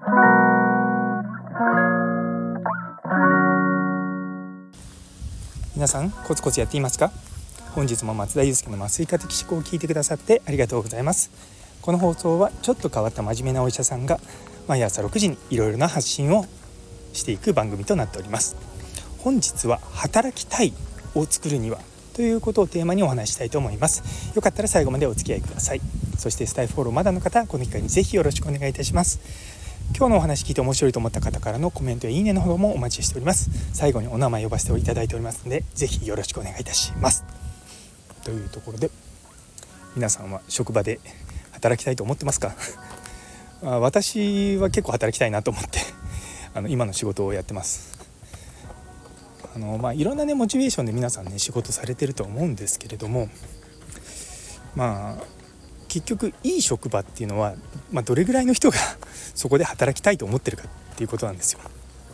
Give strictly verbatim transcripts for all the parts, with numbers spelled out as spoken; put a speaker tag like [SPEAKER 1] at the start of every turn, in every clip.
[SPEAKER 1] 皆さんコツコツやっていますか？本日も松田祐介の麻酔科的思考を聞いてくださってありがとうございます。この放送はちょっと変わった真面目なお医者さんが毎朝ろくじにいろいろな発信をしていく番組となっております。本日は働きたいを作るにはということをテーマにお話ししたいと思います。よかったら最後までお付き合いください。そしてスタイフフォローまだの方、この機会にぜひよろしくお願いいたします。今日のお話聞いて面白いと思った方からのコメントやいいねのほどもお待ちしております。最後にお名前呼ばせていただいておりますので、ぜひよろしくお願いいたします。というところで、皆さんは職場で働きたいと思ってますか？私は結構働きたいなと思ってあの今の仕事をやってます。あの、まあ、いろんなねモチベーションで皆さんね仕事されてると思うんですけれども、まあ結局いい職場っていうのは、まあ、どれぐらいの人がそこで働きたいと思ってるかっていうことなんですよ。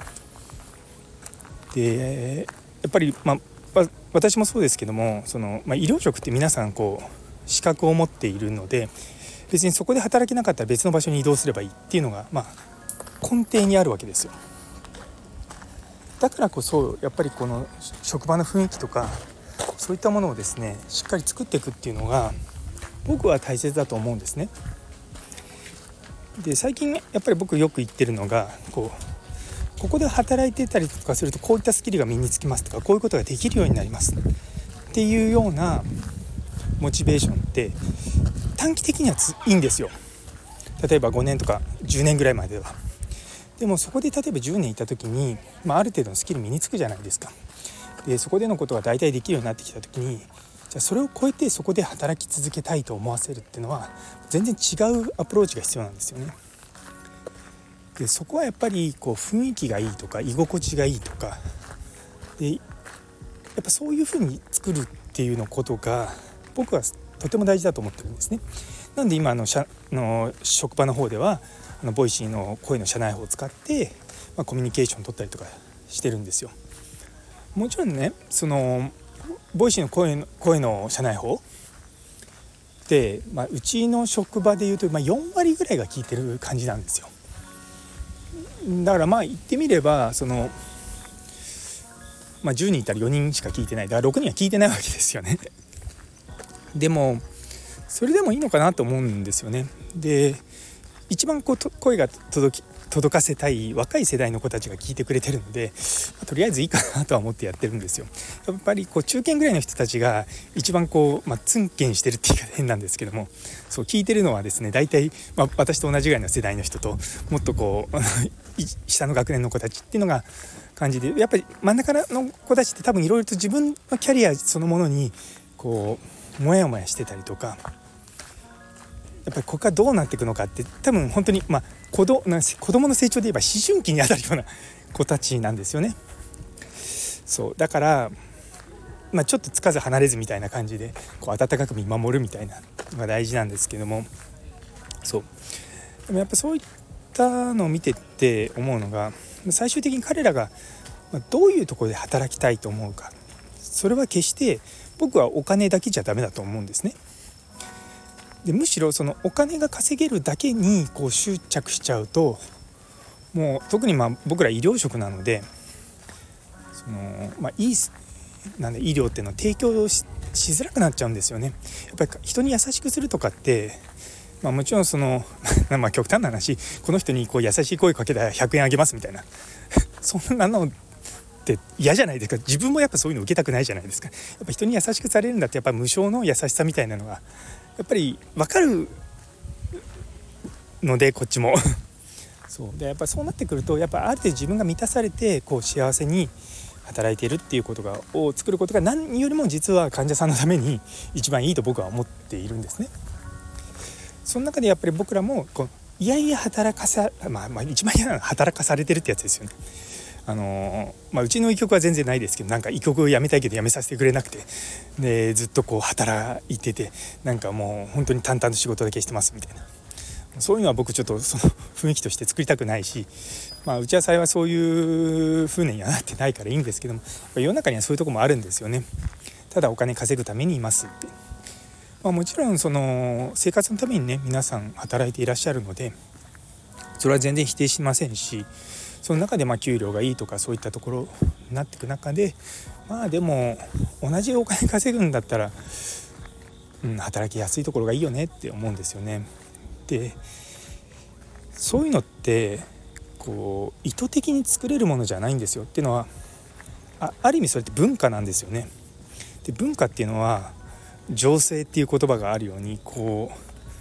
[SPEAKER 1] でやっぱり、まあ、私もそうですけども、その、まあ、医療職って皆さんこう資格を持っているので、別にそこで働けなかったら別の場所に移動すればいいっていうのが、まあ、根底にあるわけですよ。だからこそやっぱりこの職場の雰囲気とかそういったものをですねしっかり作っていくっていうのが僕は大切だと思うんですね。で最近やっぱり僕よく言ってるのが、こうここで働いてたりとかするとこういったスキルが身につきますとか、こういうことができるようになりますっていうようなモチベーションって短期的にはいいんですよ。例えばごねんとかじゅうねんぐらいまでは。でもそこで例えばじゅうねんいた時に、まあ、ある程度のスキル身につくじゃないですか。でそこでのことが大体できるようになってきた時に、じゃあそれを超えてそこで働き続けたいと思わせるっていうのは全然違うアプローチが必要なんですよね。でそこはやっぱりこう雰囲気がいいとか居心地がいいとかで、やっぱそういう風に作るっていうのことが僕はとても大事だと思ってるんですね。なので今の社の職場の方ではあのボイシーの声の社内法を使って、まあ、コミュニケーションを取ったりとかしてるんですよ。もちろんね、そのボイシーの声の、声の社内法で、まあ、うちの職場でいうと、まあ、よんわりぐらいが聞いてる感じなんですよ。だからまあ言ってみればその、まあ、じゅうにんいたらよにんしか聞いてない、だからろくにんは聞いてないわけですよね。でもそれでもいいのかなと思うんですよね。で一番こう声が届き届かせたい若い世代の子たちが聞いてくれてるので、まあ、とりあえずいいかなとは思ってやってるんですよ。やっぱりこう中堅ぐらいの人たちが一番こう、まあ、ツンケンしてるって言い方変なんですけども、そう聞いてるのはですね大体、まあ、私と同じぐらいの世代の人ともっとこう下の学年の子たちっていうのが感じで、やっぱり真ん中の子たちって多分いろいろと自分のキャリアそのものにこうモヤモヤしてたりとか、やっぱりここからどうなっていくのかって多分本当に、まあ、子ど子供の成長で言えば思春期にあたるような子たちなんですよね。そうだから、まあ、ちょっとつかず離れずみたいな感じでこう温かく見守るみたいなのが大事なんですけども、そうでもやっぱそういったのを見てって思うのが、最終的に彼らがどういうところで働きたいと思うか、それは決して僕はお金だけじゃダメだと思うんですね。でむしろそのお金が稼げるだけにこう執着しちゃうと、もう特にまあ僕ら医療職なので、その、まあ、いいなんで医療っていうのを提供 し, しづらくなっちゃうんですよね。やっぱり人に優しくするとかって、まあ、もちろんそのまあ極端な話、この人にこう優しい声かけたらひゃくえんあげますみたいなそんなのって嫌じゃないですか。自分もやっぱそういうの受けたくないじゃないですか。やっぱ人に優しくされるんだって、やっぱ無償の優しさみたいなのがやっぱり分かるので、こっちもそうでやっぱそうなってくると、やっぱある程度自分が満たされてこう幸せに働いているっていうことがを作ることが何よりも実は患者さんのために一番いいと僕は思っているんですね。その中でやっぱり僕らもこういやいや働かさ、まあ、まあ一番嫌なのは働かされてるってやつですよね。あのーまあ、うちの医局は全然ないですけど、なんか医局を辞めたいけど辞めさせてくれなくて、でずっとこう働いてて、なんかもう本当に淡々と仕事だけしてますみたいな、そういうのは僕ちょっとその雰囲気として作りたくないし、まあ、うちは幸いそういう風にはなってないからいいんですけども、世の中にはそういうところもあるんですよね。ただお金稼ぐためにいますって、まあ、もちろんその生活のためにね皆さん働いていらっしゃるので、 それは全然否定しませんし、その中でまあ給料がいいとかそういったところになっていく中で、まあでも同じお金稼ぐんだったら、うん、働きやすいところがいいよねって思うんですよね。でそういうのってこう意図的に作れるものじゃないんですよ。っていうのは あ, ある意味それって文化なんですよね。で文化っていうのは情勢っていう言葉があるように、こ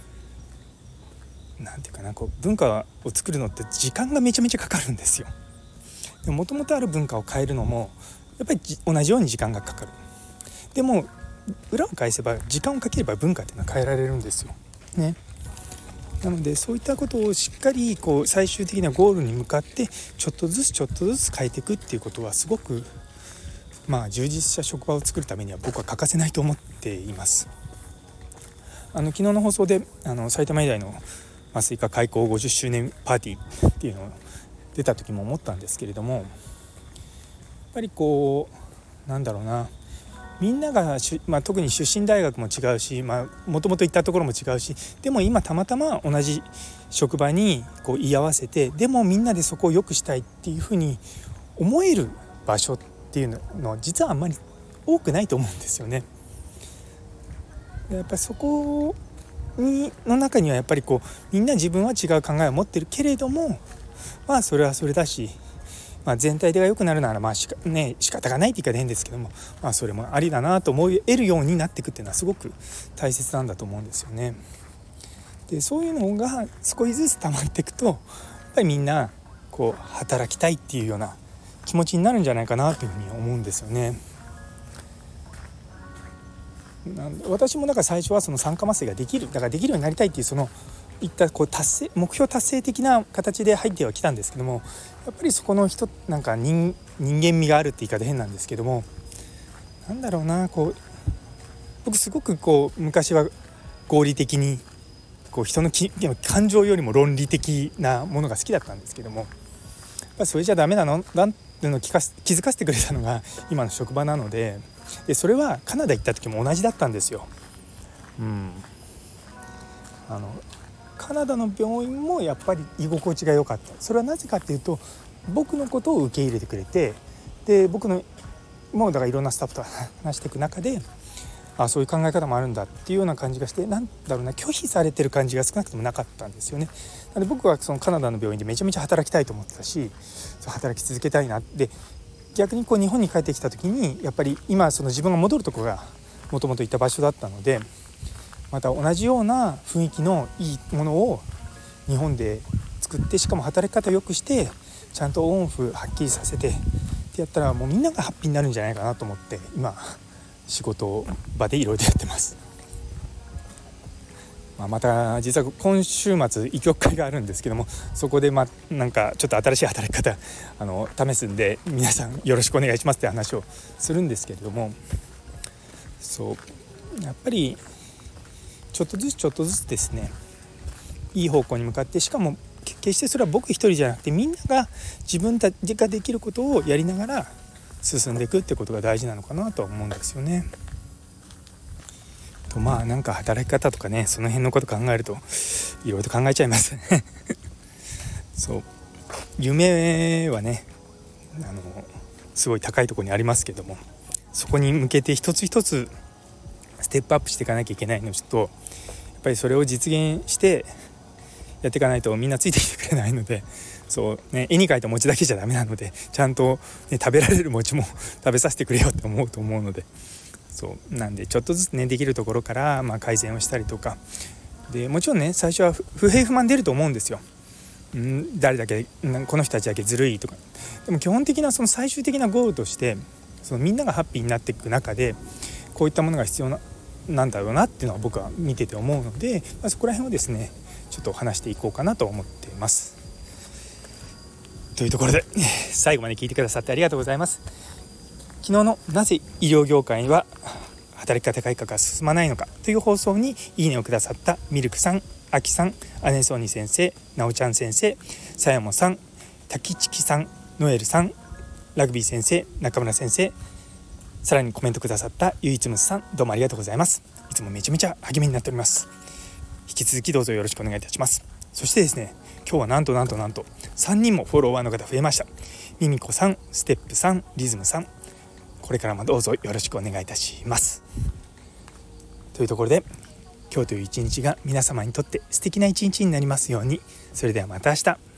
[SPEAKER 1] うなんていうかな、こう文化を作るのって時間がめちゃめちゃかかるんですよ。もともとある文化を変えるのもやっぱり同じように時間がかかる。でも裏を返せば時間をかければ文化っていうのは変えられるんですよね。なのでそういったことをしっかりこう最終的なゴールに向かってちょっとずつちょっとずつ変えていくっていうことはすごくまあ充実した職場を作るためには僕は欠かせないと思っています。あの昨日の放送であの埼玉医大の麻酔科開校ごじゅっしゅうねんパーティーっていうのを出た時も思ったんですけれども、やっぱりこうなんだろうな、みんなが、まあ、特に出身大学も違うし、もともと行ったところも違うし、でも今たまたま同じ職場にこう居合わせて、でもみんなでそこを良くしたいっていうふうに思える場所っていうのは実はあんまり多くないと思うんですよね。やっぱりそこにの中にはやっぱりこうみんな自分は違う考えを持ってるけれども、まあそれはそれだし、まあ、全体でが良くなるならまあしか、ね、仕方がないって言い方変ですけども、まあ、それもありだなと思えるようになっていくっていうのはすごく大切なんだと思うんですよね。でそういうのが少しずつ溜まっていくとやっぱりみんなこう働きたいっていうような気持ちになるんじゃないかなというふうに思うんですよね。なんで私もだから最初はその酸化麻酔ができるだからできるようになりたいっていうそのいったこう達成目標達成的な形で入ってはきたんですけども、やっぱりそこの人なんか 人, 人間味があるって言い方変なんですけども、なんだろうな、こう僕すごくこう昔は合理的にこう人のき感情よりも論理的なものが好きだったんですけども、やっぱそれじゃダメなのだっていうのを気づかせてくれたのが今の職場なので、でそれはカナダ行った時も同じだったんですよ。うんあのカナダの病院もやっぱり居心地が良かった。それはなぜかっていうと僕のことを受け入れてくれて、で僕のもうだからいろんなスタッフと話していく中で、あそういう考え方もあるんだっていうような感じがして、なんだろうな、拒否されてる感じが少なくともなかったんですよね。なので僕はそのカナダの病院でめちゃめちゃ働きたいと思ってたし、働き続けたいな。で逆にこう日本に帰ってきた時にやっぱり今その自分が戻るところがもともといた場所だったので、また同じような雰囲気のいいものを日本で作って、しかも働き方を良くしてちゃんとオンオフはっきりさせてってやったらもうみんながハッピーになるんじゃないかなと思って今仕事場でいろいろやってます。まあ、また実は今週末医局会があるんですけども、そこでまあなんかちょっと新しい働き方あの試すんで皆さんよろしくお願いしますって話をするんですけれども、そうやっぱりちょっとずつちょっとずつですね、いい方向に向かって、しかも決してそれは僕一人じゃなくてみんなが自分たちができることをやりながら進んでいくってことが大事なのかなとは思うんですよね。とまあなんか働き方とかね、その辺のこと考えるといろいろと考えちゃいますねそう夢はねあのすごい高いところにありますけども、そこに向けて一つ一つステップアップしていかなきゃいけないのと、やっぱりそれを実現してやっていかないとみんなついてきてくれないので、そうね、絵に描いた餅だけじゃダメなので、ちゃんと、ね、食べられる餅も食べさせてくれよって思うと思うので、そうなんでちょっとずつねできるところから、まあ、改善をしたりとかで、もちろんね最初は不平不満出ると思うんですよ。ん誰だけこの人たちだけずるいとか。でも基本的なその最終的なゴールとして、そのみんながハッピーになっていく中でこういったものが必要ななんだろうなっていうのは僕は見てて思うので、まあ、そこら辺をですねちょっと話していこうかなと思っています。というところで最後まで聞いてくださってありがとうございます。昨日のなぜ医療業界は働き方改革が進まないのかという放送にいいねをくださったミルクさん、あきさん、アネソニ先生、なおちゃん先生、さやもさん、たきちきさん、ノエルさん、ラグビー先生、中村先生、さらにコメントくださったゆいつむさん、どうもありがとうございます。いつもめちゃめちゃ励みになっております。引き続きどうぞよろしくお願いいたします。そしてですね、 今日はなんとなんとなんとさんにんもフォロワーの方増えました。ミミコさん、ステップさん、リズムさん、これからもどうぞよろしくお願いいたします。というところで今日という一日が皆様にとって素敵な一日になりますように。それではまた明日。